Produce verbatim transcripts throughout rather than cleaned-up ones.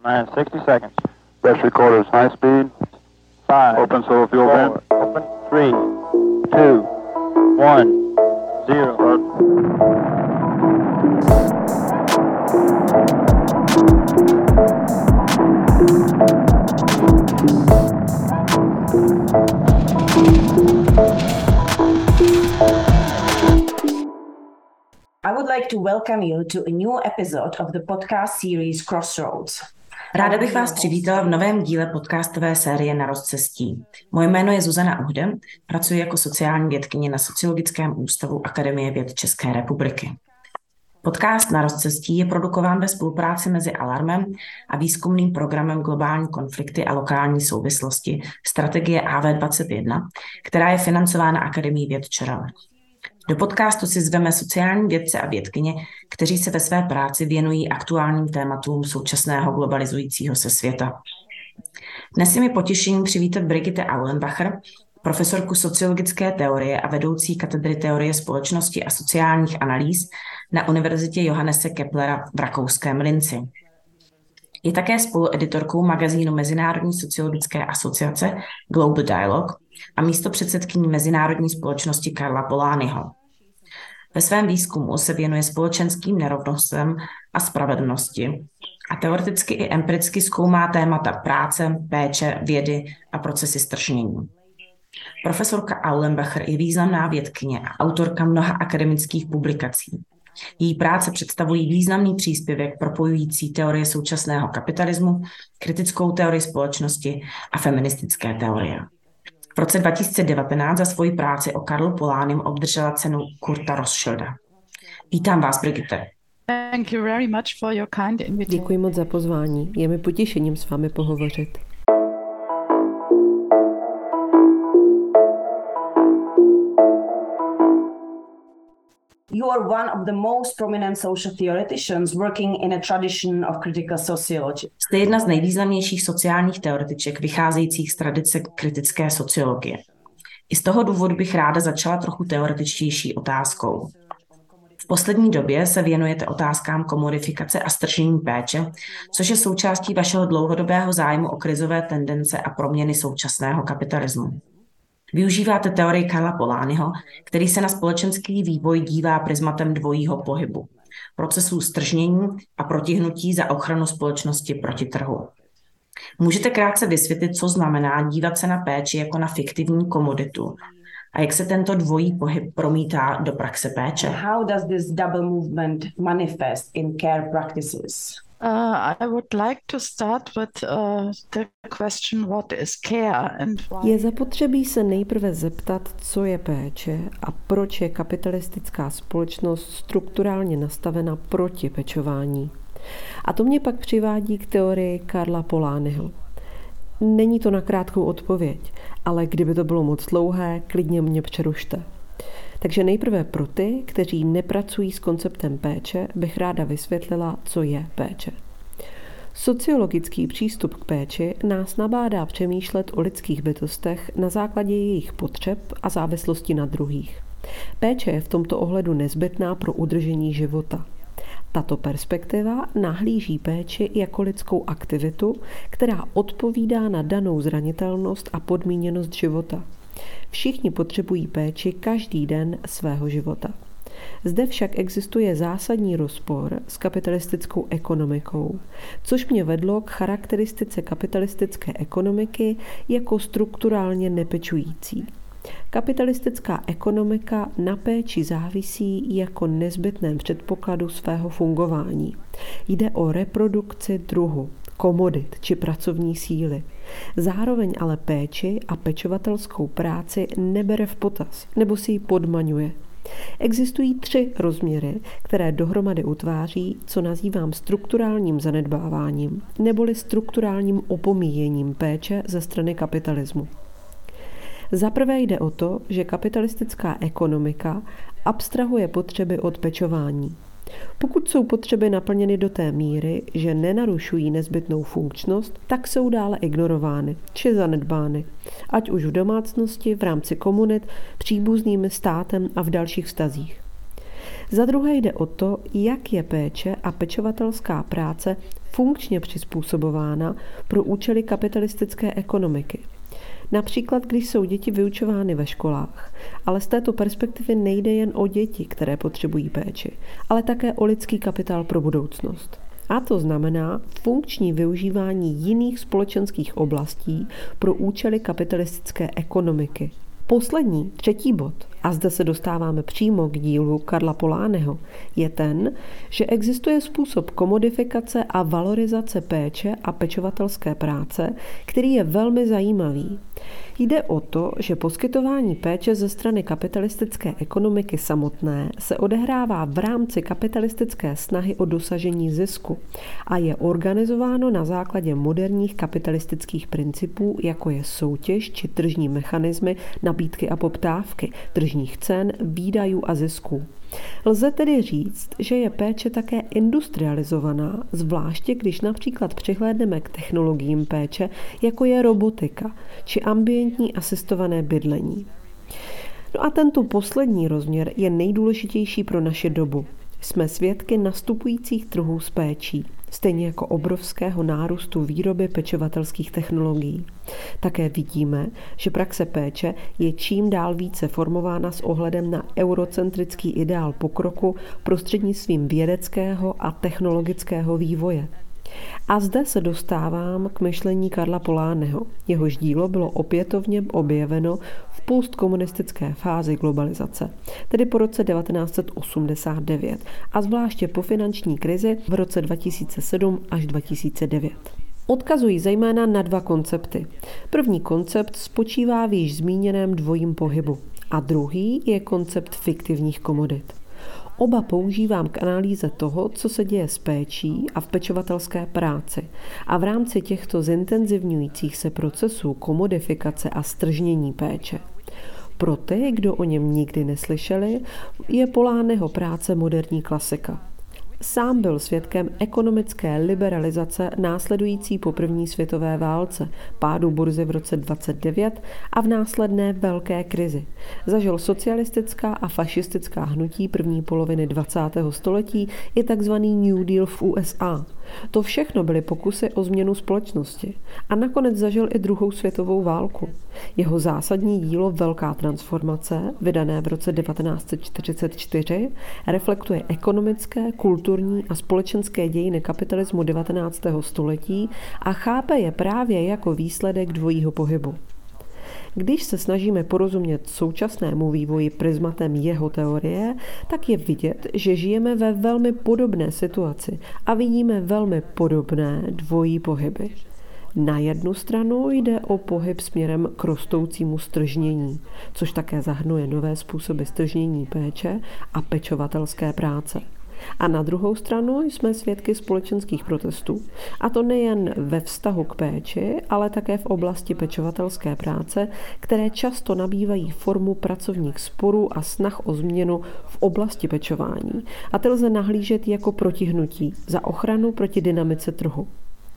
Nine, sixty seconds. Best recorders, high speed. Five. Open solo fuel vent. Open. Three, two, one, zero. I would like to welcome you to a new episode of the podcast series Crossroads. Ráda bych vás přivítala v novém díle podcastové série Na rozcestí. Moje jméno je Zuzana Uhde, pracuji jako sociální vědkyně na Sociologickém ústavu Akademie věd České republiky. Podcast Na rozcestí je produkován ve spolupráci mezi Alarmem a výzkumným programem Globální konflikty a lokální souvislosti Strategie A V dvacet jedna, která je financována Akademií věd ČR. Do podcastu si zveme sociální vědce a vědkyně, kteří se ve své práci věnují aktuálním tématům současného globalizujícího se světa. Dnes je mi potěšením přivítat Brigitte Aulenbacher, profesorku sociologické teorie a vedoucí katedry teorie společnosti a sociálních analýz na Univerzitě Johannese Keplera v rakouském Linci. Je také spolueditorkou magazínu Mezinárodní sociologické asociace Global Dialogue a místopředsedkyní Mezinárodní společnosti Karla Polanyiho. Ve svém výzkumu se věnuje společenským nerovnostem a spravedlnosti a teoreticky i empiricky zkoumá témata práce, péče, vědy a procesy stržnění. Profesorka Aulenbacher je významná vědkyně a autorka mnoha akademických publikací. Její práce představují významný příspěvek propojující teorie současného kapitalismu, kritickou teorii společnosti a feministické teorie. V roce dva tisíce devatenáct za svoji práci o Karlu Polanyiho obdržela cenu Kurta Rothschilda. Vítám vás, Brigitte. Thank you very much for your kind invitation. Děkuji moc za pozvání. Je mi potěšením s vámi pohovořit. You are one of the most prominent social theoreticians working in a tradition of critical sociology. Jste jedna z nejvýznamnějších sociálních teoretiček vycházejících z tradice kritické sociologie. I z toho důvodu bych ráda začala trochu teoretičtější otázkou. V poslední době se věnujete otázkám komodifikace a stržení péče, což je součástí vašeho dlouhodobého zájmu o krizové tendence a proměny současného kapitalismu. Využíváte teorii Karla Polanyiho, který se na společenský vývoj dívá prismatem dvojího pohybu, procesů stržnění a protihnutí za ochranu společnosti proti trhu. Můžete krátce vysvětlit, co znamená dívat se na péči jako na fiktivní komoditu a jak se tento dvojí pohyb promítá do praxe péče? How does this double movement manifest in care practices? Uh, I would like to start with uh, the question what is care and why. Je zapotřebí se nejprve zeptat, co je péče a proč je kapitalistická společnost strukturálně nastavena proti pečování. A to mě pak přivádí k teorii Karla Polanyiho. Není to na krátkou odpověď, ale kdyby to bylo moc dlouhé, klidně mě přerušte. Takže nejprve pro ty, kteří nepracují s konceptem péče, bych ráda vysvětlila, co je péče. Sociologický přístup k péči nás nabádá přemýšlet o lidských bytostech na základě jejich potřeb a závislosti na druhých. Péče je v tomto ohledu nezbytná pro udržení života. Tato perspektiva nahlíží péči jako lidskou aktivitu, která odpovídá na danou zranitelnost a podmíněnost života. Všichni potřebují péči každý den svého života. Zde však existuje zásadní rozpor s kapitalistickou ekonomikou, což mě vedlo k charakteristice kapitalistické ekonomiky jako strukturálně nepečující. Kapitalistická ekonomika na péči závisí jako nezbytném předpokladu svého fungování. Jde o reprodukci druhu, komodit či pracovní síly. Zároveň ale péči a pečovatelskou práci nebere v potaz nebo si ji podmaňuje. Existují tři rozměry, které dohromady utváří, co nazývám strukturálním zanedbáváním neboli strukturálním opomíjením péče ze strany kapitalismu. Za prvé jde o to, že kapitalistická ekonomika abstrahuje potřeby od pečování. Pokud jsou potřeby naplněny do té míry, že nenarušují nezbytnou funkčnost, tak jsou dále ignorovány či zanedbány, ať už v domácnosti, v rámci komunit, příbuznými státem a v dalších vztazích. Za druhé jde o to, jak je péče a pečovatelská práce funkčně přizpůsobována pro účely kapitalistické ekonomiky. Například, když jsou děti vyučovány ve školách, ale z této perspektivy nejde jen o děti, které potřebují péči, ale také o lidský kapitál pro budoucnost. A to znamená funkční využívání jiných společenských oblastí pro účely kapitalistické ekonomiky. Poslední, třetí bod, a zde se dostáváme přímo k dílu Karla Polanyiho, je ten, že existuje způsob komodifikace a valorizace péče a pečovatelské práce, který je velmi zajímavý. Jde o to, že poskytování péče ze strany kapitalistické ekonomiky samotné se odehrává v rámci kapitalistické snahy o dosažení zisku a je organizováno na základě moderních kapitalistických principů, jako je soutěž či tržní mechanismy nabídky a poptávky, tržních cen, výdajů a zisků. Lze tedy říct, že je péče také industrializovaná, zvláště když například přihlédneme k technologiím péče, jako je robotika či ambientní asistované bydlení. No a tento poslední rozměr je nejdůležitější pro naši dobu. Jsme svědky nastupujících trhů s péčí, stejně jako obrovského nárůstu výroby pečovatelských technologií. Také vidíme, že praxe péče je čím dál více formována s ohledem na eurocentrický ideál pokroku prostřednictvím vědeckého a technologického vývoje. A zde se dostávám k myšlení Karla Polanyiho. Jehož dílo bylo opětovně objeveno v postkomunistické fázi globalizace, tedy po roce devatenáct set osmdesát devět a zvláště po finanční krizi v roce dva tisíce sedm až dva tisíce devět. Odkazují zejména na dva koncepty. První koncept spočívá v již zmíněném dvojím pohybu a druhý je koncept fiktivních komodit. Oba používám k analýze toho, co se děje s péčí a v pečovatelské práci. A v rámci těchto zintenzivňujících se procesů komodifikace a stržnění péče. Pro ty, kdo o něm nikdy neslyšeli, je Polanyiho práce moderní klasika. Sám byl svědkem ekonomické liberalizace následující po první světové válce, pádu burzy v roce dvacet devět a v následné velké krizi. Zažil socialistická a fašistická hnutí první poloviny dvacátého století i tzv. New Deal v U S A. To všechno byly pokusy o změnu společnosti. A nakonec zažil i druhou světovou válku. Jeho zásadní dílo Velká transformace, vydané v roce devatenáct set čtyřicet čtyři, reflektuje ekonomické, kulturní a společenské dějiny kapitalismu devatenáctého století a chápe je právě jako výsledek dvojího pohybu. Když se snažíme porozumět současnému vývoji prismatem jeho teorie, tak je vidět, že žijeme ve velmi podobné situaci a vidíme velmi podobné dvojí pohyby. Na jednu stranu jde o pohyb směrem k rostoucímu stržnění, což také zahrnuje nové způsoby stržnění péče a pečovatelské práce. A na druhou stranu jsme svědky společenských protestů. A to nejen ve vztahu k péči, ale také v oblasti pečovatelské práce, které často nabývají formu pracovních sporů a snah o změnu v oblasti pečování. A ty lze nahlížet jako protihnutí za ochranu proti dynamice trhu.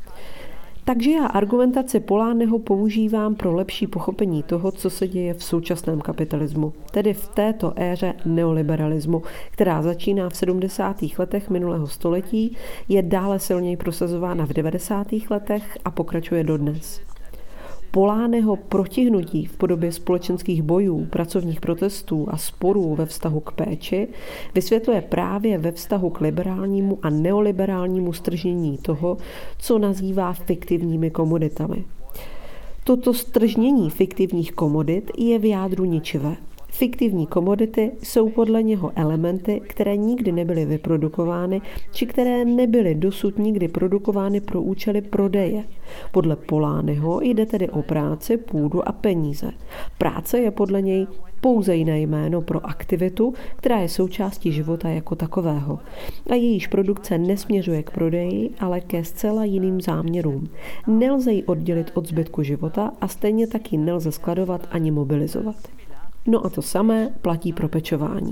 Takže já argumentaci Polanyiho používám pro lepší pochopení toho, co se děje v současném kapitalismu, tedy v této éře neoliberalismu, která začíná v sedmdesátých letech minulého století, je dále silněji prosazována v devadesátých letech a pokračuje dodnes. Polanyiho protihnutí v podobě společenských bojů, pracovních protestů a sporů ve vztahu k péči vysvětluje právě ve vztahu k liberálnímu a neoliberálnímu stržnění toho, co nazývá fiktivními komoditami. Toto stržnění fiktivních komodit je v jádru ničivé. Fiktivní komodity jsou podle něho elementy, které nikdy nebyly vyprodukovány, či které nebyly dosud nikdy produkovány pro účely prodeje. Podle Polanyiho jde tedy o práci, půdu a peníze. Práce je podle něj pouze jiné jméno pro aktivitu, která je součástí života jako takového. A jejíž produkce nesměřuje k prodeji, ale ke zcela jiným záměrům. Nelze ji oddělit od zbytku života a stejně taky nelze skladovat ani mobilizovat. No a to samé platí pro pečování.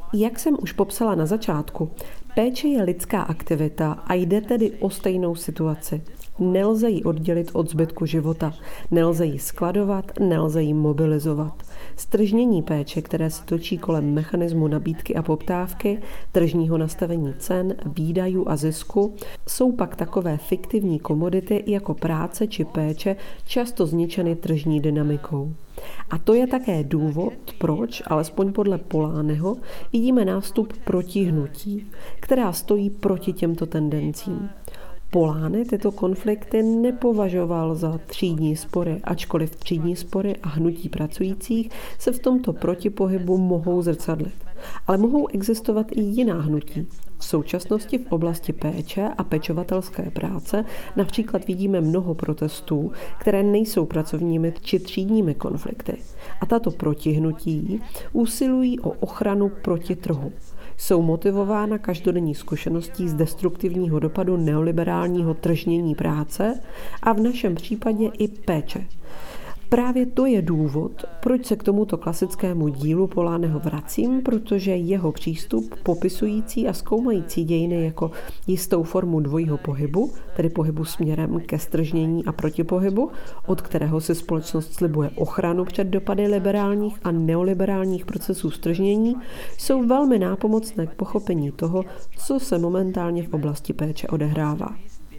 Jak jsem už popsala na začátku, péče je lidská aktivita a jde tedy o stejnou situaci. Nelze ji oddělit od zbytku života, nelze ji skladovat, nelze ji mobilizovat. Stržnění péče, které se točí kolem mechanismu nabídky a poptávky, tržního nastavení cen, výdajů a zisku, jsou pak takové fiktivní komodity jako práce či péče často zničeny tržní dynamikou. A to je také důvod, proč, alespoň podle Polányho, vidíme nástup protihnutí, která stojí proti těmto tendencím. Polány tyto konflikty nepovažoval za třídní spory, ačkoliv třídní spory a hnutí pracujících se v tomto protipohybu mohou zrcadlit. Ale mohou existovat i jiná hnutí. V současnosti v oblasti péče a pečovatelské práce například vidíme mnoho protestů, které nejsou pracovními či třídními konflikty. A tato protihnutí usilují o ochranu proti trhu. Jsou motivována každodenní zkušeností z destruktivního dopadu neoliberálního tržnění práce a v našem případě i péče. Právě to je důvod, proč se k tomuto klasickému dílu Polányho vracím, protože jeho přístup popisující a zkoumající dějiny jako jistou formu dvojího pohybu, tedy pohybu směrem ke stržnění a protipohybu, od kterého si společnost slibuje ochranu před dopady liberálních a neoliberálních procesů stržnění, jsou velmi nápomocné k pochopení toho, co se momentálně v oblasti péče odehrává.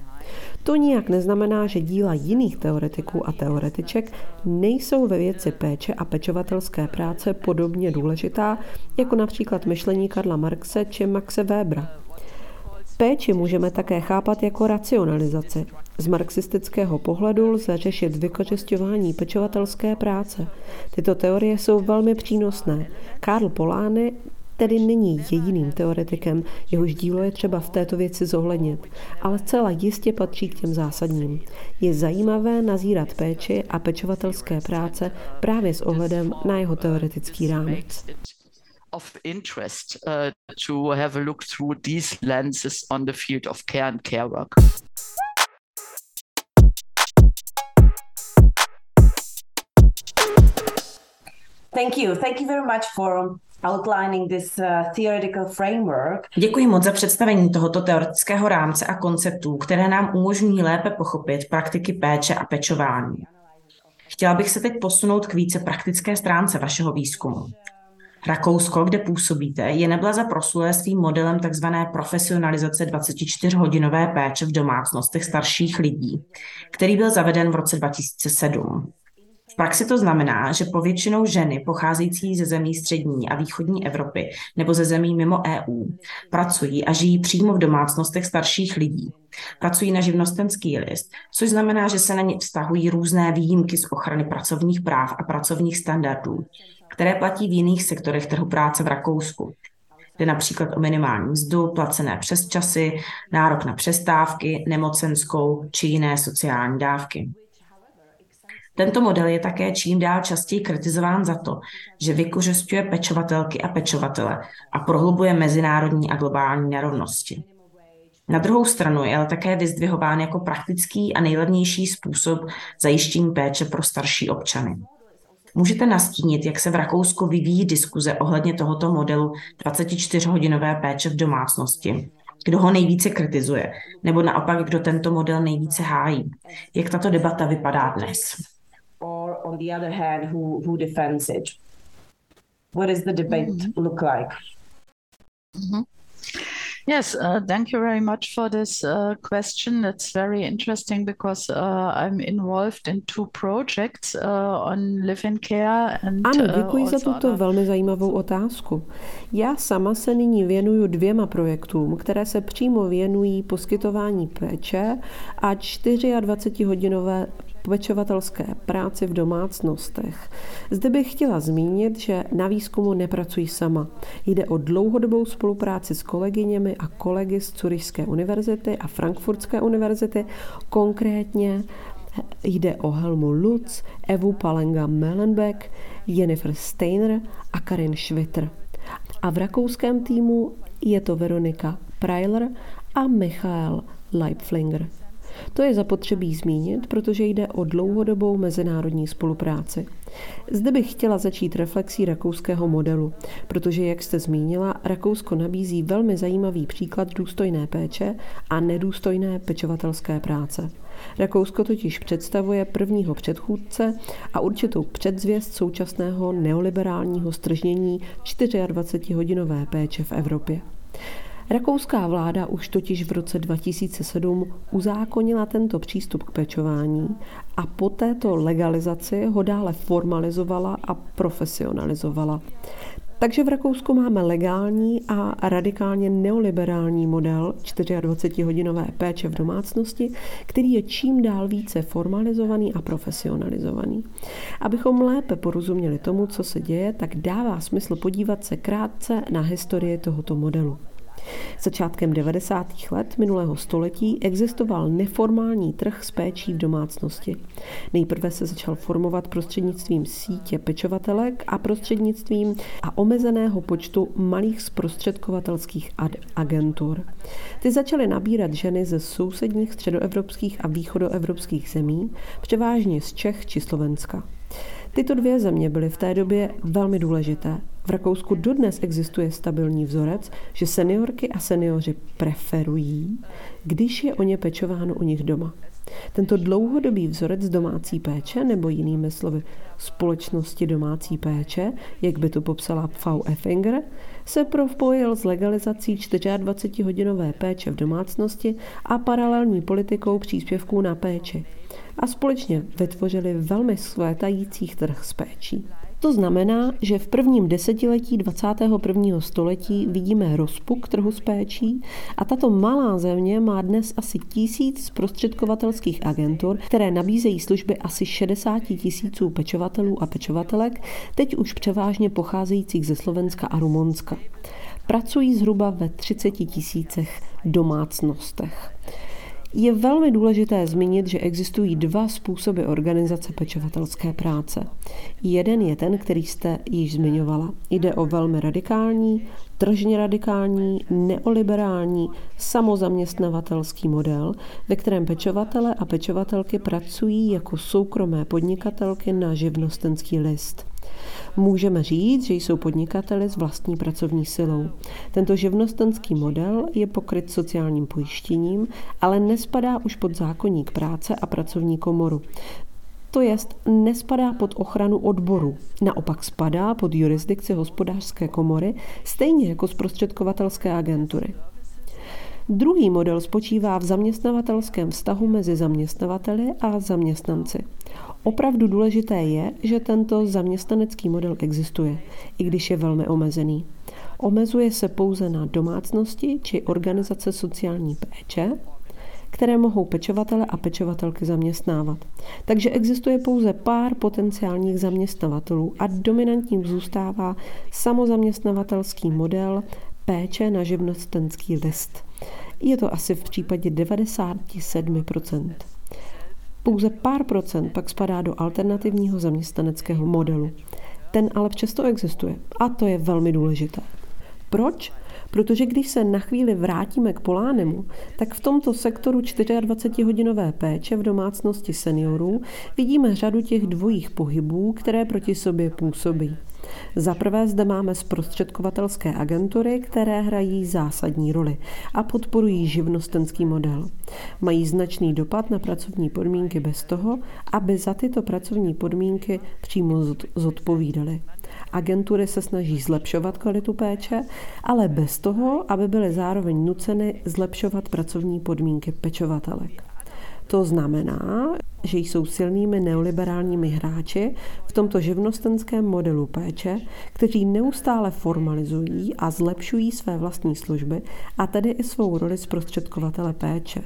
To nijak neznamená, že díla jiných teoretiků a teoretiček nejsou ve věci péče a pečovatelské práce podobně důležitá, jako například myšlení Karla Marxe či Maxe Webera. Péči můžeme také chápat jako racionalizaci. Z marxistického pohledu lze řešit vykořisťování pečovatelské práce. Tyto teorie jsou velmi přínosné. Karl Polanyi tedy není jediným teoretikem, jehož dílo je třeba v této věci zohlednit, ale zcela jistě patří k těm zásadním. Je zajímavé nazírat péči a pečovatelské práce právě s ohledem na jeho teoretický rámec. Of interest uh, to have a look through these lenses on the field of care and care work. Thank you. Thank you very much for outlining this uh, theoretical framework. Děkuji moc za představení tohoto teoretického rámce a konceptů, které nám umožní lépe pochopit praktiky péče a pečování. Chtěla bych se teď posunout k více praktické stránce vašeho výzkumu. Rakousko, kde působíte, je neblaze proslulé svým modelem tzv. Profesionalizace dvacetičtyřhodinové péče v domácnostech starších lidí, který byl zaveden v roce dva tisíce sedm. V praxi to znamená, že povětšinou ženy pocházející ze zemí střední a východní Evropy nebo ze zemí mimo E U pracují a žijí přímo v domácnostech starších lidí. Pracují na živnostenský list, což znamená, že se na ně vztahují různé výjimky z ochrany pracovních práv a pracovních standardů, které platí v jiných sektorech trhu práce v Rakousku. Jde například o minimální mzdu, placené přesčasy, nárok na přestávky, nemocenskou či jiné sociální dávky. Tento model je také čím dál častěji kritizován za to, že vykořisťuje pečovatelky a pečovatele a prohlubuje mezinárodní a globální nerovnosti. Na druhou stranu je ale také vyzdvihován jako praktický a nejlevnější způsob zajištění péče pro starší občany. Můžete nastínit, jak se v Rakousku vyvíjí diskuze ohledně tohoto modelu dvacetičtyřhodinové péče v domácnosti? Kdo ho nejvíce kritizuje? Nebo naopak, kdo tento model nejvíce hájí? Jak tato debata vypadá dnes? Or on the other hand, who, who defends it? What does the debate mm-hmm. look like? Mm-hmm. Yes, uh, thank you very much for this uh, question. It's very interesting because uh, I'm involved in two projects uh, on live-in care and Ano, děkuji uh, za tuto velmi zajímavou otázku. Já sama se nyní věnuju dvěma projektům, které se přímo věnují poskytování péče a dvacetičtyřhodinové pečovatelské práci v domácnostech. Zde bych chtěla zmínit, že na výzkumu nepracuji sama. Jde o dlouhodobou spolupráci s kolegyněmi a kolegy z Curyšské univerzity a Frankfurtské univerzity. Konkrétně jde o Helmu Lutz, Evu Palenga-Mellenbeck, Jennifer Steiner a Karin Schwitter. A v rakouském týmu je to Veronika Preiler a Michael Leipflinger. To je zapotřebí zmínit, protože jde o dlouhodobou mezinárodní spolupráci. Zde bych chtěla začít reflexí rakouského modelu, protože, jak jste zmínila, Rakousko nabízí velmi zajímavý příklad důstojné péče a nedůstojné pečovatelské práce. Rakousko totiž představuje prvního předchůdce a určitou předzvěst současného neoliberálního stržnění dvacetičtyřhodinové péče v Evropě. Rakouská vláda už totiž v roce dva tisíce sedm uzákonila tento přístup k pečování a po této legalizaci ho dále formalizovala a profesionalizovala. Takže v Rakousku máme legální a radikálně neoliberální model dvacetičtyřhodinové péče v domácnosti, který je čím dál více formalizovaný a profesionalizovaný. Abychom lépe porozuměli tomu, co se děje, tak dává smysl podívat se krátce na historii tohoto modelu. Začátkem devadesátých let minulého století existoval neformální trh s péčí v domácnosti. Nejprve se začal formovat prostřednictvím sítě pečovatelek a prostřednictvím a omezeného počtu malých zprostředkovatelských agentur. Ty začaly nabírat ženy ze sousedních středoevropských a východoevropských zemí, převážně z Čech či Slovenska. Tyto dvě země byly v té době velmi důležité. V Rakousku dodnes existuje stabilní vzorec, že seniorky a seniori preferují, když je o ně pečováno u nich doma. Tento dlouhodobý vzorec domácí péče, nebo jinými slovy společnosti domácí péče, jak by to popsala V. Effinger, se propojil s legalizací dvacetičtyřhodinové péče v domácnosti a paralelní politikou příspěvků na péči. A společně vytvořili velmi vzkvétající trh s péčí. To znamená, že v prvním desetiletí dvacátého prvního století vidíme rozpuk trhu s péčí a tato malá země má dnes asi tisíc zprostředkovatelských agentur, které nabízejí služby asi šedesáti tisíců pečovatelů a pečovatelek, teď už převážně pocházejících ze Slovenska a Rumunska. Pracují zhruba ve třiceti tisícech domácnostech. Je velmi důležité zmínit, že existují dva způsoby organizace pečovatelské práce. Jeden je ten, který jste již zmiňovala. Jde o velmi radikální, tržně radikální, neoliberální, samozaměstnavatelský model, ve kterém pečovatele a pečovatelky pracují jako soukromé podnikatelky na živnostenský list. Můžeme říct, že jsou podnikateli s vlastní pracovní silou. Tento živnostenský model je pokryt sociálním pojištěním, ale nespadá už pod zákoník práce a pracovní komoru. To jest, nespadá pod ochranu odboru. Naopak spadá pod jurisdikci hospodářské komory, stejně jako zprostředkovatelské agentury. Druhý model spočívá v zaměstnavatelském vztahu mezi zaměstnavateli a zaměstnanci. Opravdu důležité je, že tento zaměstnanecký model existuje, i když je velmi omezený. Omezuje se pouze na domácnosti či organizace sociální péče, které mohou pečovatele a pečovatelky zaměstnávat. Takže existuje pouze pár potenciálních zaměstnavatelů a dominantním zůstává samozaměstnavatelský model péče na živnostenský list. Je to asi v případě devadesát sedm procent. Pouze pár procent pak spadá do alternativního zaměstnaneckého modelu. Ten ale přesto existuje a to je velmi důležité. Proč? Protože když se na chvíli vrátíme k Polánemu, tak v tomto sektoru dvacetičtyřhodinové péče v domácnosti seniorů vidíme řadu těch dvojích pohybů, které proti sobě působí. Za prvé zde máme zprostředkovatelské agentury, které hrají zásadní roli a podporují živnostenský model. Mají značný dopad na pracovní podmínky bez toho, aby za tyto pracovní podmínky přímo zodpovídaly. Agentury se snaží zlepšovat kvalitu péče, ale bez toho, aby byly zároveň nuceny zlepšovat pracovní podmínky pečovatelek. To znamená, že jsou silnými neoliberálními hráči v tomto živnostenském modelu péče, kteří neustále formalizují a zlepšují své vlastní služby a tedy i svou roli zprostředkovatele péče.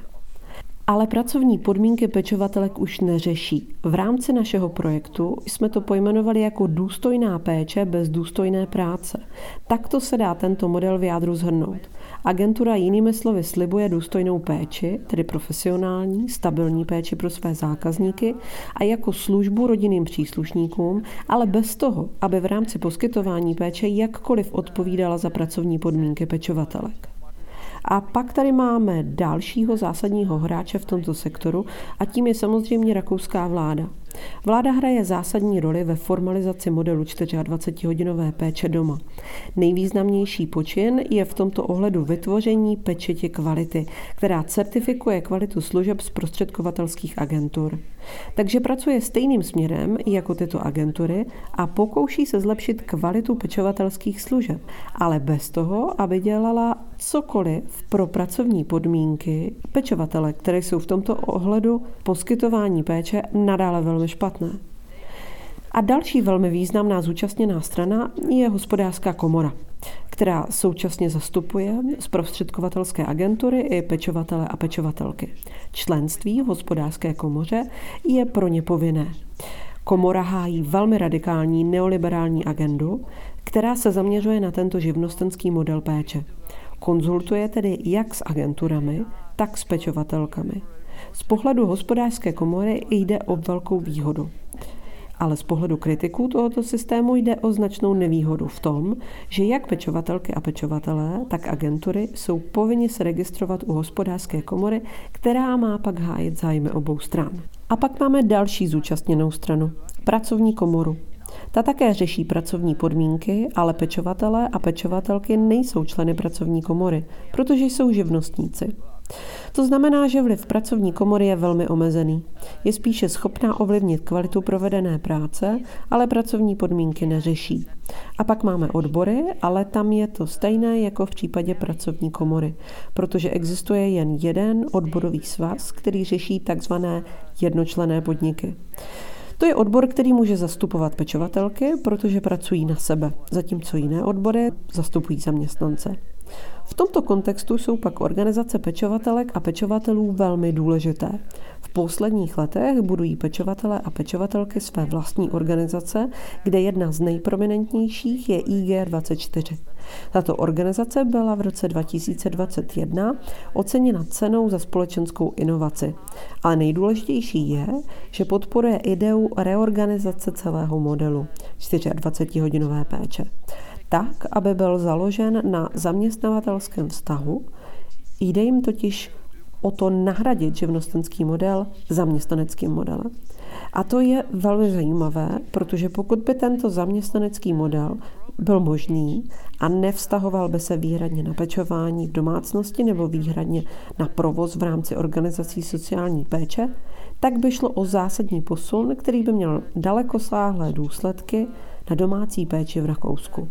Ale pracovní podmínky pečovatelek už neřeší. V rámci našeho projektu jsme to pojmenovali jako důstojná péče bez důstojné práce. Takto se dá tento model v jádru shrnout. Agentura jinými slovy slibuje důstojnou péči, tedy profesionální, stabilní péči pro své zákazníky a jako službu rodinným příslušníkům, ale bez toho, aby v rámci poskytování péče jakkoliv odpovídala za pracovní podmínky pečovatelek. A pak tady máme dalšího zásadního hráče v tomto sektoru a tím je samozřejmě rakouská vláda. Vláda hraje zásadní roli ve formalizaci modelu dvacetičtyřhodinové péče doma. Nejvýznamnější počin je v tomto ohledu vytvoření pečetě kvality, která certifikuje kvalitu služeb zprostředkovatelských agentur. Takže pracuje stejným směrem jako tyto agentury a pokouší se zlepšit kvalitu pečovatelských služeb, ale bez toho, aby dělala cokoliv pro pracovní podmínky pečovatele, které jsou v tomto ohledu poskytování péče nadále velmi špatné. A další velmi významná zúčastněná strana je Hospodářská komora, která současně zastupuje zprostředkovatelské agentury i pečovatele a pečovatelky. Členství v Hospodářské komoře je pro ně povinné. Komora hájí velmi radikální neoliberální agendu, která se zaměřuje na tento živnostenský model péče. Konzultuje tedy jak s agenturami, tak s pečovatelkami. Z pohledu Hospodářské komory jde o velkou výhodu. Ale z pohledu kritiků tohoto systému jde o značnou nevýhodu v tom, že jak pečovatelky a pečovatelé, tak agentury jsou povinni se registrovat u Hospodářské komory, která má pak hájit zájmy obou stran. A pak máme další zúčastněnou stranu, pracovní komoru. Ta také řeší pracovní podmínky, ale pečovatelé a pečovatelky nejsou členy pracovní komory, protože jsou živnostníci. To znamená, že vliv pracovní komory je velmi omezený. Je spíše schopná ovlivnit kvalitu provedené práce, ale pracovní podmínky neřeší. A pak máme odbory, ale tam je to stejné jako v případě pracovní komory, protože existuje jen jeden odborový svaz, který řeší takzvané jednočlenné podniky. To je odbor, který může zastupovat pečovatelky, protože pracují na sebe, zatímco jiné odbory zastupují zaměstnance. V tomto kontextu jsou pak organizace pečovatelek a pečovatelů velmi důležité. V posledních letech budují pečovatelé a pečovatelky své vlastní organizace, kde jedna z nejprominentnějších je I G dvacet čtyři. Tato organizace byla v roce dva tisíce dvacet jedna oceněna cenou za společenskou inovaci. Ale nejdůležitější je, že podporuje ideu reorganizace celého modelu dvacetičtyřhodinové péče. Tak, aby byl založen na zaměstnavatelském vztahu. Jde jim totiž o to nahradit živnostenský model zaměstnaneckým modelem. A to je velmi zajímavé, protože pokud by tento zaměstnanecký model byl možný a nevztahoval by se výhradně na pečování v domácnosti nebo výhradně na provoz v rámci organizací sociální péče, tak by šlo o zásadní posun, který by měl dalekosáhlé důsledky na domácí péči v Rakousku.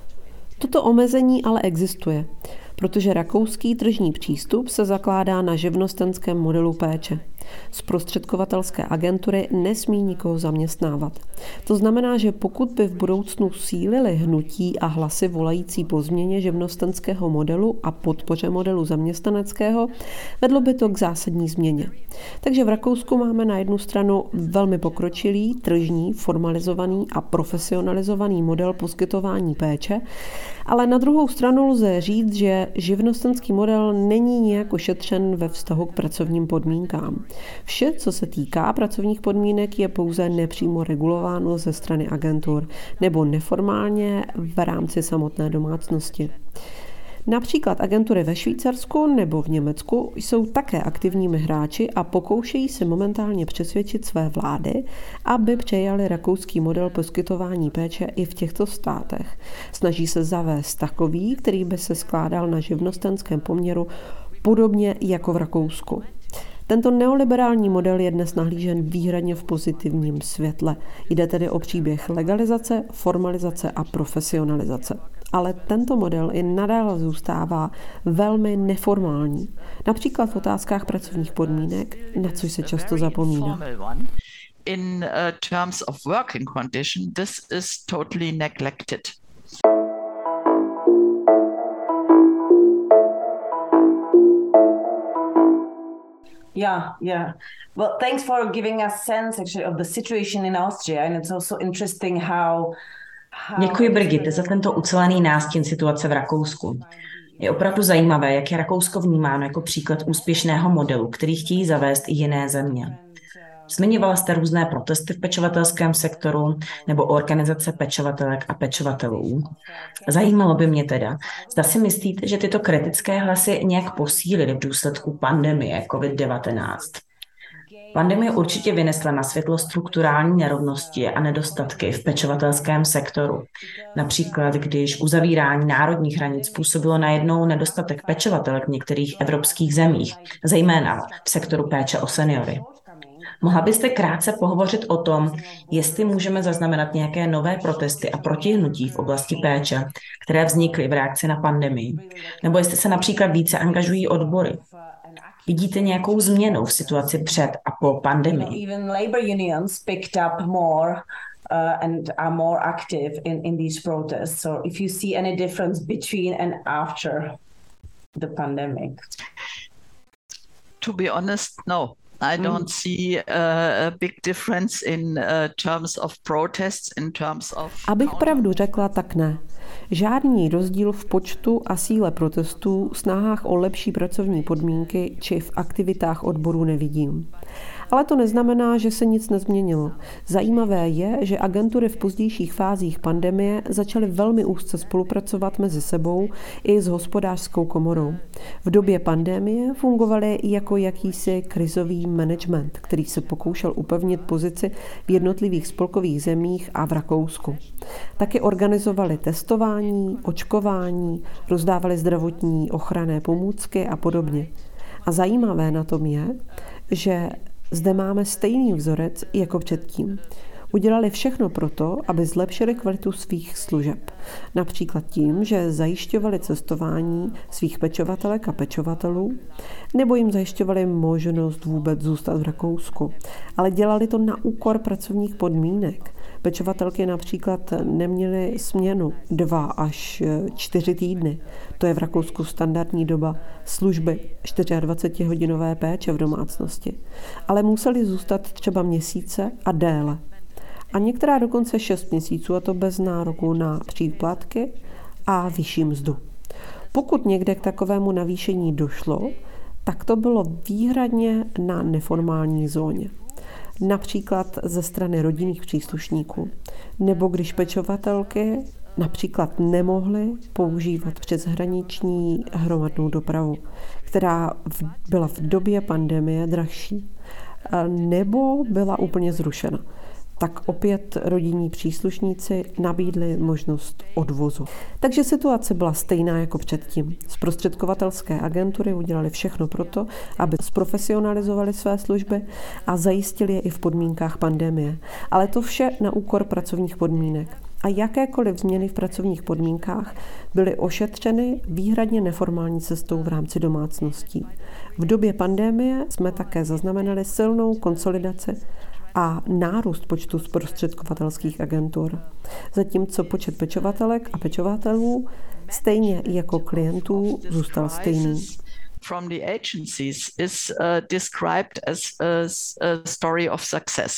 Toto omezení ale existuje, protože rakouský tržní přístup se zakládá na živnostenském modelu péče. Zprostředkovatelské agentury nesmí nikoho zaměstnávat. To znamená, že pokud by v budoucnu sílily hnutí a hlasy volající po změně živnostenského modelu a podpoře modelu zaměstnaneckého, vedlo by to k zásadní změně. Takže v Rakousku máme na jednu stranu velmi pokročilý, tržní, formalizovaný a profesionalizovaný model poskytování péče, ale na druhou stranu lze říct, že živnostenský model není nijak ošetřen ve vztahu k pracovním podmínkám. Vše, co se týká pracovních podmínek, je pouze nepřímo regulováno ze strany agentur nebo neformálně v rámci samotné domácnosti. Například agentury ve Švýcarsku nebo v Německu jsou také aktivními hráči a pokoušejí se momentálně přesvědčit své vlády, aby přejali rakouský model poskytování péče i v těchto státech. Snaží se zavést takový, který by se skládal na živnostenském poměru podobně jako v Rakousku. Tento neoliberální model je dnes nahlížen výhradně v pozitivním světle. Jde tedy o příběh legalizace, formalizace a profesionalizace. Ale tento model i nadále zůstává velmi neformální. Například v otázkách pracovních podmínek, na což se často zapomíná. In uh, terms of working condition, this is totally neglected. Yeah, yeah. Well, thanks for giving us sense actually of the situation in Austria, and it's also interesting how. how Děkuji, Brigitte, za tento ucelený nástin situace v Rakousku. Je opravdu zajímavé, jak je Rakousko vnímáno jako příklad úspěšného modelu, který chtějí zavést i jiné země. Zmiňovala jste různé protesty v pečovatelském sektoru nebo organizace pečovatelek a pečovatelů. Zajímalo by mě teda, zda si myslíte, že tyto kritické hlasy nějak posílily v důsledku pandemie covid devatenáct. Pandemie určitě vynesla na světlo strukturální nerovnosti a nedostatky v pečovatelském sektoru. Například, když uzavírání národních hranic způsobilo najednou nedostatek pečovatelek v některých evropských zemích, zejména v sektoru péče o seniory. Mohla byste krátce pohovořit o tom, jestli můžeme zaznamenat nějaké nové protesty a protihnutí v oblasti péče, které vznikly v reakci na pandemii, nebo jestli se například více angažují odbory. Vidíte nějakou změnu v situaci před a po pandemii? Even labor unions picked up more uh, and are more active in, in these protests. So if you see any difference between and after the pandemic? To be honest, no. I don't see uh, a big difference in uh, terms of protests, in terms of... Abych pravdu řekla, tak ne. Žádný rozdíl v počtu a síle protestů, snahách o lepší pracovní podmínky či v aktivitách odborů nevidím. Ale to neznamená, že se nic nezměnilo. Zajímavé je, že agentury v pozdějších fázích pandemie začaly velmi úzce spolupracovat mezi sebou i s hospodářskou komorou. V době pandemie fungovaly jako jakýsi krizový management, který se pokoušel upevnit pozici v jednotlivých spolkových zemích a v Rakousku. Taky organizovali testování, očkování, rozdávali zdravotní ochranné pomůcky a podobně. A zajímavé na tom je, že zde máme stejný vzorec jako předtím. Udělali všechno proto, aby zlepšili kvalitu svých služeb. Například tím, že zajišťovali cestování svých pečovatelek a pečovatelů, nebo jim zajišťovali možnost vůbec zůstat v Rakousku. Ale dělali to na úkor pracovních podmínek. Pečovatelky například neměly směnu dva až čtyři týdny. To je v Rakousku standardní doba služby dvacetičtyřhodinové péče v domácnosti. Ale museli zůstat třeba měsíce a déle. A některá dokonce šest měsíců, a to bez nároku na příplatky a vyšší mzdu. Pokud někde k takovému navýšení došlo, tak to bylo výhradně na neformální zóně. Například ze strany rodinných příslušníků. Nebo když pečovatelky například nemohly používat přeshraniční hromadnou dopravu, která byla v době pandemie drahší, nebo byla úplně zrušena. Tak opět rodinní příslušníci nabídli možnost odvozu. Takže situace byla stejná jako předtím. Zprostředkovatelské agentury udělali všechno proto, aby zprofesionalizovali své služby a zajistili je i v podmínkách pandemie. Ale to vše na úkor pracovních podmínek. A jakékoliv změny v pracovních podmínkách byly ošetřeny výhradně neformální cestou v rámci domácností. V době pandemie jsme také zaznamenali silnou konsolidaci a nárůst počtu zprostředkovatelských agentur. Zatímco počet pečovatelek a pečovatelů, stejně jako klientů, zůstal stejný. From the agencies is uh, described as a, a story of success.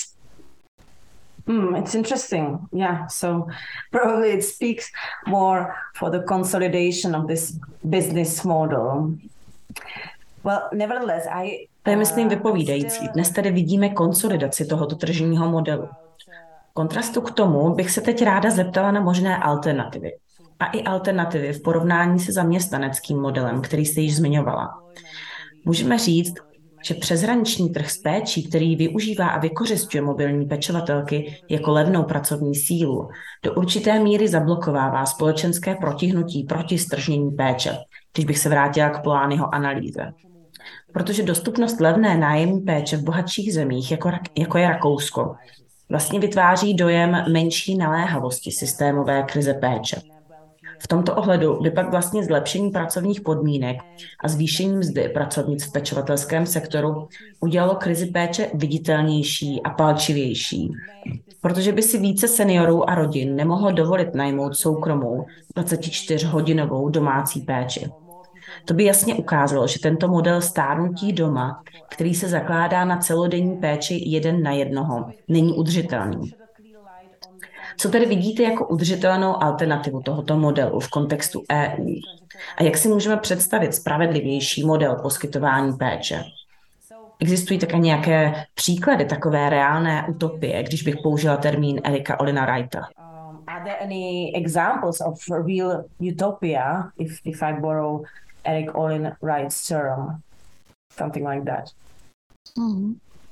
Mm, it's interesting. Yeah, so probably it speaks more for the consolidation of this business model. Well, nevertheless, I To je, myslím, vypovídající. Dnes tady vidíme konsolidaci tohoto tržního modelu. V kontrastu k tomu bych se teď ráda zeptala na možné alternativy. A i alternativy v porovnání se zaměstnaneckým modelem, který jste již zmiňovala. Můžeme říct, že přeshraniční trh s péčí, který využívá a vykořisťuje mobilní pečovatelky jako levnou pracovní sílu, do určité míry zablokovává společenské protihnutí proti stržnění péče, když bych se vrátila k Polányho analýze. Protože dostupnost levné nájemní péče v bohatších zemích, jako, jako je Rakousko, vlastně vytváří dojem menší naléhavosti systémové krize péče. V tomto ohledu by pak vlastně zlepšení pracovních podmínek a zvýšení mzdy pracovnic v pečovatelském sektoru udělalo krizi péče viditelnější a palčivější, protože by si více seniorů a rodin nemohlo dovolit najmout soukromou dvacetičtyřhodinovou domácí péči. To by jasně ukázalo, že tento model stárnutí doma, který se zakládá na celodenní péči jeden na jednoho, není udržitelný. Co tedy vidíte jako udržitelnou alternativu tohoto modelu v kontextu E U? A jak si můžeme představit spravedlivější model poskytování péče? Existují také nějaké příklady takové reálné utopie, když bych použila termín Erika Olina Wrighta? Um, are there any examples of real utopia, if, if I borrow Eric Olin Wright's term? Something like that. Mm-hmm.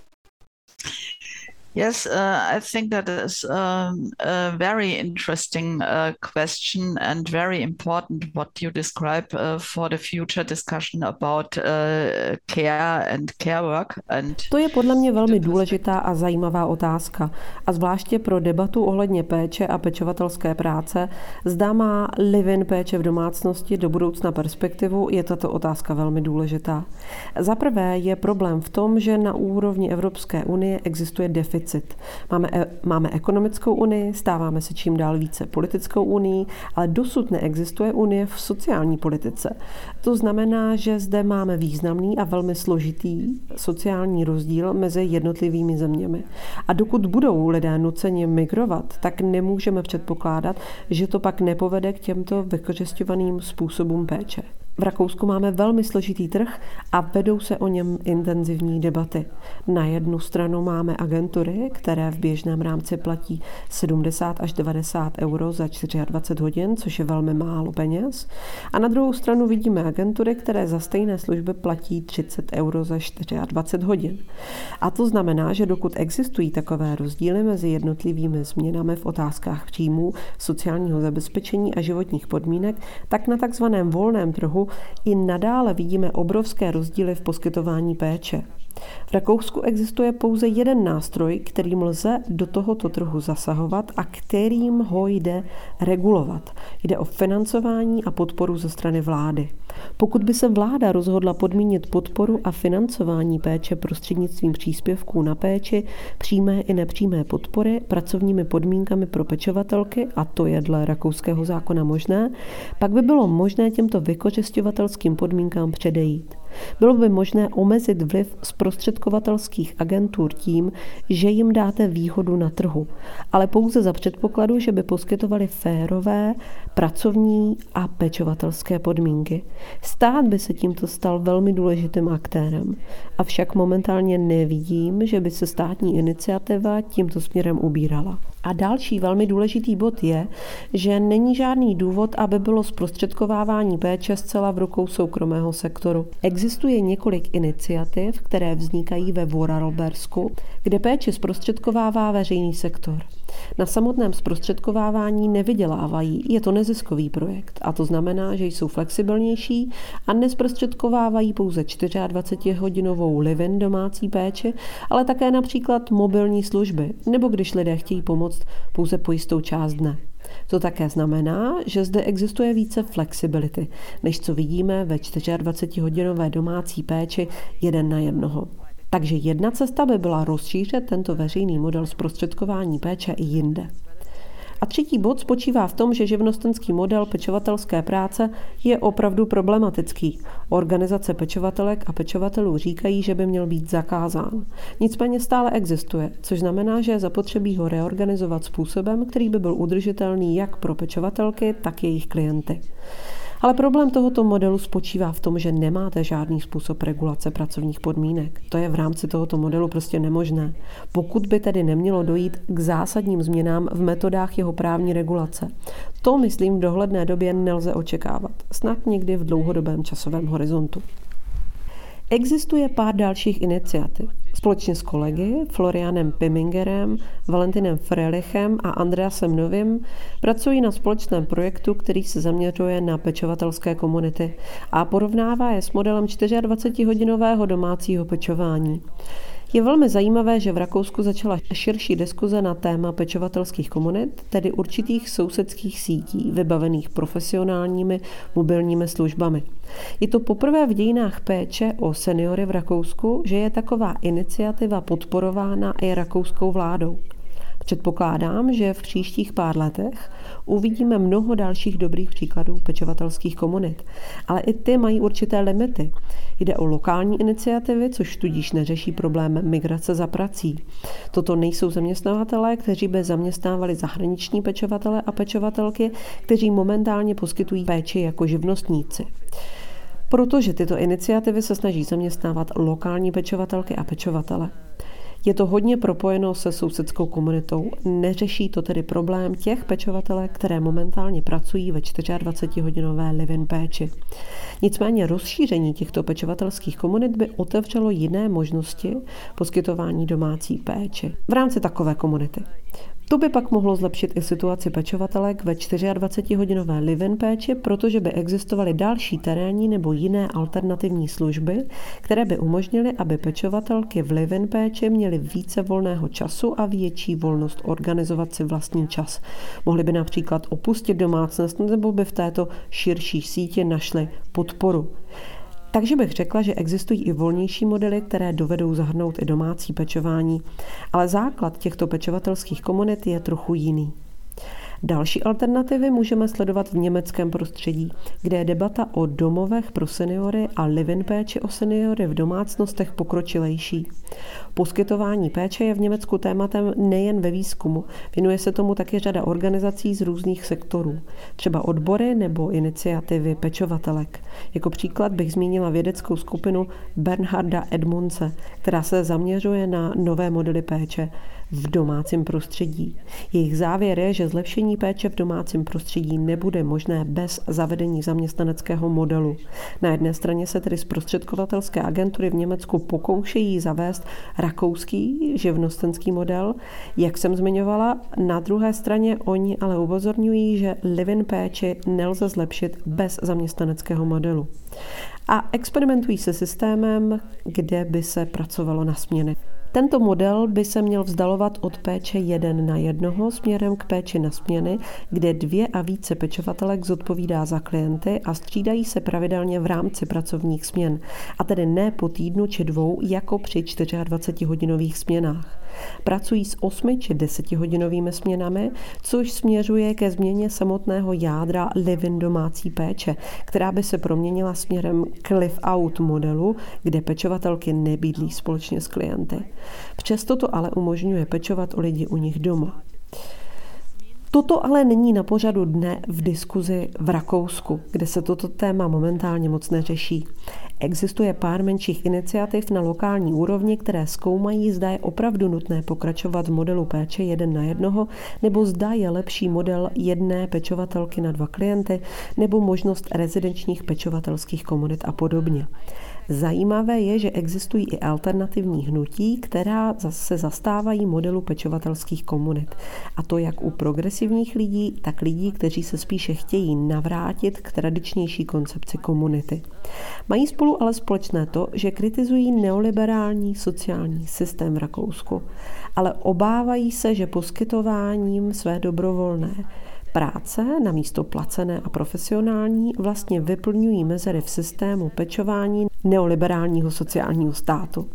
Yes, uh, I think that is um, a very interesting uh, question and very important what you describe uh, for the future discussion about uh, care and care work. And to je podle mě velmi důležitá a zajímavá otázka. A zvláště pro debatu ohledně péče a pečovatelské práce, zda má live-in péče v domácnosti do budoucna perspektivu, je tato otázka velmi důležitá. Za prvé je problém v tom, že na úrovni Evropské unie existuje deficit. Máme, máme ekonomickou unii, stáváme se čím dál více politickou unii, ale dosud neexistuje unie v sociální politice. To znamená, že zde máme významný a velmi složitý sociální rozdíl mezi jednotlivými zeměmi. A dokud budou lidé nuceni migrovat, tak nemůžeme předpokládat, že to pak nepovede k těmto vykořisťovaným způsobům péče. V Rakousku máme velmi složitý trh a vedou se o něm intenzivní debaty. Na jednu stranu máme agentury, které v běžném rámci platí sedmdesát až devadesát euro za dvacet čtyři hodin, což je velmi málo peněz. A na druhou stranu vidíme agentury, které za stejné služby platí třicet euro za dvacet čtyři hodin. A to znamená, že dokud existují takové rozdíly mezi jednotlivými změnami v otázkách příjmů, sociálního zabezpečení a životních podmínek, tak na takzvaném volném trhu i nadále vidíme obrovské rozdíly v poskytování péče. V Rakousku existuje pouze jeden nástroj, kterým lze do tohoto trhu zasahovat a kterým ho jde regulovat. Jde o financování a podporu ze strany vlády. Pokud by se vláda rozhodla podmínit podporu a financování péče prostřednictvím příspěvků na péči, přímé i nepřímé podpory, pracovními podmínkami pro pečovatelky, a to je dle rakouského zákona možné, pak by bylo možné těmto vykořisťovatelským podmínkám předejít. Bylo by možné omezit vliv zprostředkovatelských agentur tím, že jim dáte výhodu na trhu, ale pouze za předpokladu, že by poskytovali férové pracovní a pečovatelské podmínky. Stát by se tímto stal velmi důležitým aktérem, avšak momentálně nevidím, že by se státní iniciativa tímto směrem ubírala. A další velmi důležitý bod je, že není žádný důvod, aby bylo zprostředkovávání péče zcela v rukou soukromého sektoru. Existuje několik iniciativ, které vznikají ve Vorarlbergsku, kde péči zprostředkovává veřejný sektor. Na samotném zprostředkovávání nevydělávají, je to neziskový projekt a to znamená, že jsou flexibilnější a nezprostředkovávají pouze dvacetčtyřhodinovou live-in domácí péči, ale také například mobilní služby, nebo když lidé chtějí pomoct pouze po jistou část dne. To také znamená, že zde existuje více flexibility, než co vidíme ve dvacetčtyřhodinové domácí péči jeden na jednoho. Takže jedna cesta by byla rozšířit tento veřejný model zprostředkování péče i jinde. A třetí bod spočívá v tom, že živnostenský model pečovatelské práce je opravdu problematický. Organizace pečovatelek a pečovatelů říkají, že by měl být zakázán. Nicméně stále existuje, což znamená, že je zapotřebí ho reorganizovat způsobem, který by byl udržitelný jak pro pečovatelky, tak jejich klienty. Ale problém tohoto modelu spočívá v tom, že nemáte žádný způsob regulace pracovních podmínek. To je v rámci tohoto modelu prostě nemožné. Pokud by tedy nemělo dojít k zásadním změnám v metodách jeho právní regulace. To, myslím, v dohledné době nelze očekávat. Snad někdy v dlouhodobém časovém horizontu. Existuje pár dalších iniciativ. Společně s kolegy Florianem Pimingerem, Valentinem Frelichem a Andreasem Novým pracují na společném projektu, který se zaměřuje na pečovatelské komunity a porovnává je s modelem dvacetčtyřhodinového domácího pečování. Je velmi zajímavé, že v Rakousku začala širší diskuze na téma pečovatelských komunit, tedy určitých sousedských sítí, vybavených profesionálními mobilními službami. Je to poprvé v dějinách péče o seniory v Rakousku, že je taková iniciativa podporována i rakouskou vládou. Předpokládám, že v příštích pár letech uvidíme mnoho dalších dobrých příkladů pečovatelských komunit, ale i ty mají určité limity. Jde o lokální iniciativy, což tudíž neřeší problém migrace za prací. Toto nejsou zaměstnavatelé, kteří by zaměstnávali zahraniční pečovatele a pečovatelky, kteří momentálně poskytují péči jako živnostníci. protože tyto iniciativy se snaží zaměstnávat lokální pečovatelky a pečovatele. Je to hodně propojeno se sousedskou komunitou, neřeší to tedy problém těch pečovatelek, které momentálně pracují ve dvacetičtyřhodinové live-in péči. Nicméně rozšíření těchto pečovatelských komunit by otevřelo jiné možnosti poskytování domácí péče v rámci takové komunity. To by pak mohlo zlepšit i situaci pečovatelek ve dvacetičtyřhodinové live-in péči, protože by existovaly další terénní nebo jiné alternativní služby, které by umožnily, aby pečovatelky v live-in péči měly více volného času a větší volnost organizovat si vlastní čas. Mohly by například opustit domácnost nebo by v této širší síti našly podporu. Takže bych řekla, že existují i volnější modely, které dovedou zahrnout i domácí pečování, ale základ těchto pečovatelských komunit je trochu jiný. Další alternativy můžeme sledovat v německém prostředí, kde je debata o domovech pro seniory a live-in péči o seniory v domácnostech pokročilejší. Poskytování péče je v Německu tématem nejen ve výzkumu, věnuje se tomu také řada organizací z různých sektorů, třeba odbory nebo iniciativy pečovatelek. Jako příklad bych zmínila vědeckou skupinu Bernharda Edmondse, která se zaměřuje na nové modely péče v domácím prostředí. Jejich závěr je, že zlepšení péče v domácím prostředí nebude možné bez zavedení zaměstnaneckého modelu. Na jedné straně se tedy zprostředkovatelské agentury v Německu pokoušejí zavést rakouský živnostenský model, jak jsem zmiňovala. Na druhé straně oni ale upozorňují, že live-in péči nelze zlepšit bez zaměstnaneckého modelu. A experimentují se systémem, kde by se pracovalo na směny. Tento model by se měl vzdalovat od péče jeden na jednoho směrem k péči na směny, kde dvě a více pečovatelek zodpovídá za klienty a střídají se pravidelně v rámci pracovních směn, a tedy ne po týdnu či dvou, jako při dvacetičtyřhodinových směnách. Pracují s osmi či desetihodinovými směnami, což směřuje ke změně samotného jádra live-in domácí péče, která by se proměnila směrem k live-out modelu, kde pečovatelky nebydlí společně s klienty. Přesto to ale umožňuje pečovat o lidi u nich doma. Toto ale není na pořadu dne v diskuzi v Rakousku, kde se toto téma momentálně moc neřeší. Existuje pár menších iniciativ na lokální úrovni, které zkoumají, zda je opravdu nutné pokračovat v modelu péče jeden na jednoho, nebo zda je lepší model jedné pečovatelky na dva klienty, nebo možnost rezidenčních pečovatelských komunit a podobně. Zajímavé je, že existují i alternativní hnutí, která se zastávají modelu pečovatelských komunit. A to jak u progresivních lidí, tak lidí, kteří se spíše chtějí navrátit k tradičnější koncepci komunity. Mají spolu ale společné to, že kritizují neoliberální sociální systém v Rakousku, ale obávají se, že poskytováním své dobrovolné práce na místo placené a profesionální vlastně vyplňují mezery v systému pečování neoliberálního sociálního státu.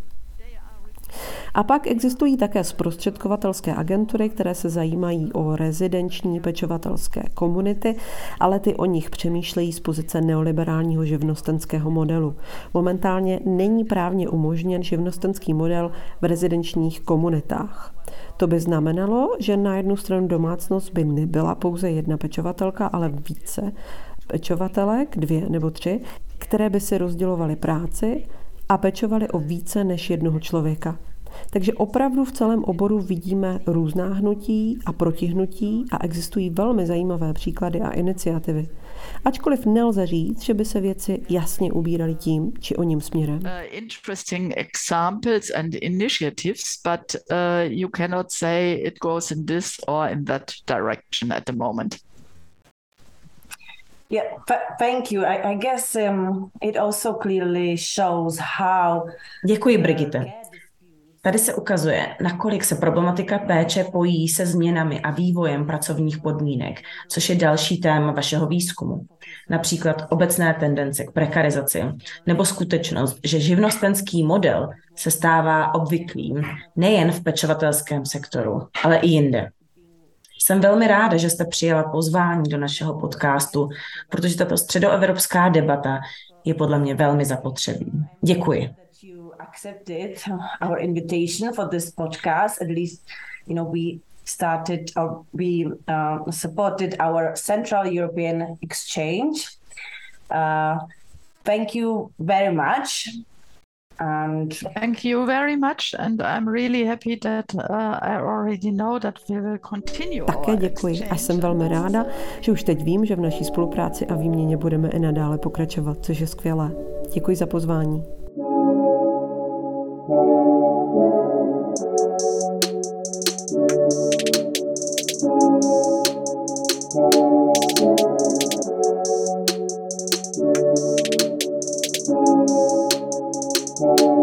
A pak existují také zprostředkovatelské agentury, které se zajímají o rezidenční pečovatelské komunity, ale ty o nich přemýšlejí z pozice neoliberálního živnostenského modelu. Momentálně není právně umožněn živnostenský model v rezidenčních komunitách. To by znamenalo, že na jednu stranu domácnost by nebyla pouze jedna pečovatelka, ale více pečovatelek, dvě nebo tři, které by si rozdělovaly práci a pečovali o více než jednoho člověka. Takže opravdu v celém oboru vidíme různá hnutí a protihnutí a existují velmi zajímavé příklady a iniciativy. Ačkoliv nelze říct, že by se věci jasně ubíraly tím či oním směrem. Uh, interesting examples and initiatives, but uh, you cannot say it goes in this or in that direction at the moment. Yeah, th- thank you. I, I guess um, it also clearly shows how... Děkuji, Brigitte. Tady se ukazuje, nakolik se problematika péče pojí se změnami a vývojem pracovních podmínek, což je další téma vašeho výzkumu. Například obecné tendence k prekarizaci nebo skutečnost, že živnostenský model se stává obvyklým nejen v pečovatelském sektoru, ale i jinde. Jsem velmi ráda, že jste přijala pozvání do našeho podcastu, protože tato středoevropská debata je podle mě velmi zapotřebí. Děkuji. Accepted our invitation for this podcast. At least, you know, we started or we uh, supported our Central European exchange. Uh, thank you very much. And thank you very much, and I'm really happy that uh, I already know that we will continue. Také děkuji a jsem velmi ráda, že už teď vím, že v naší spolupráci a výměně budeme i nadále pokračovat, což je skvělé. Děkuji za pozvání. Thank you.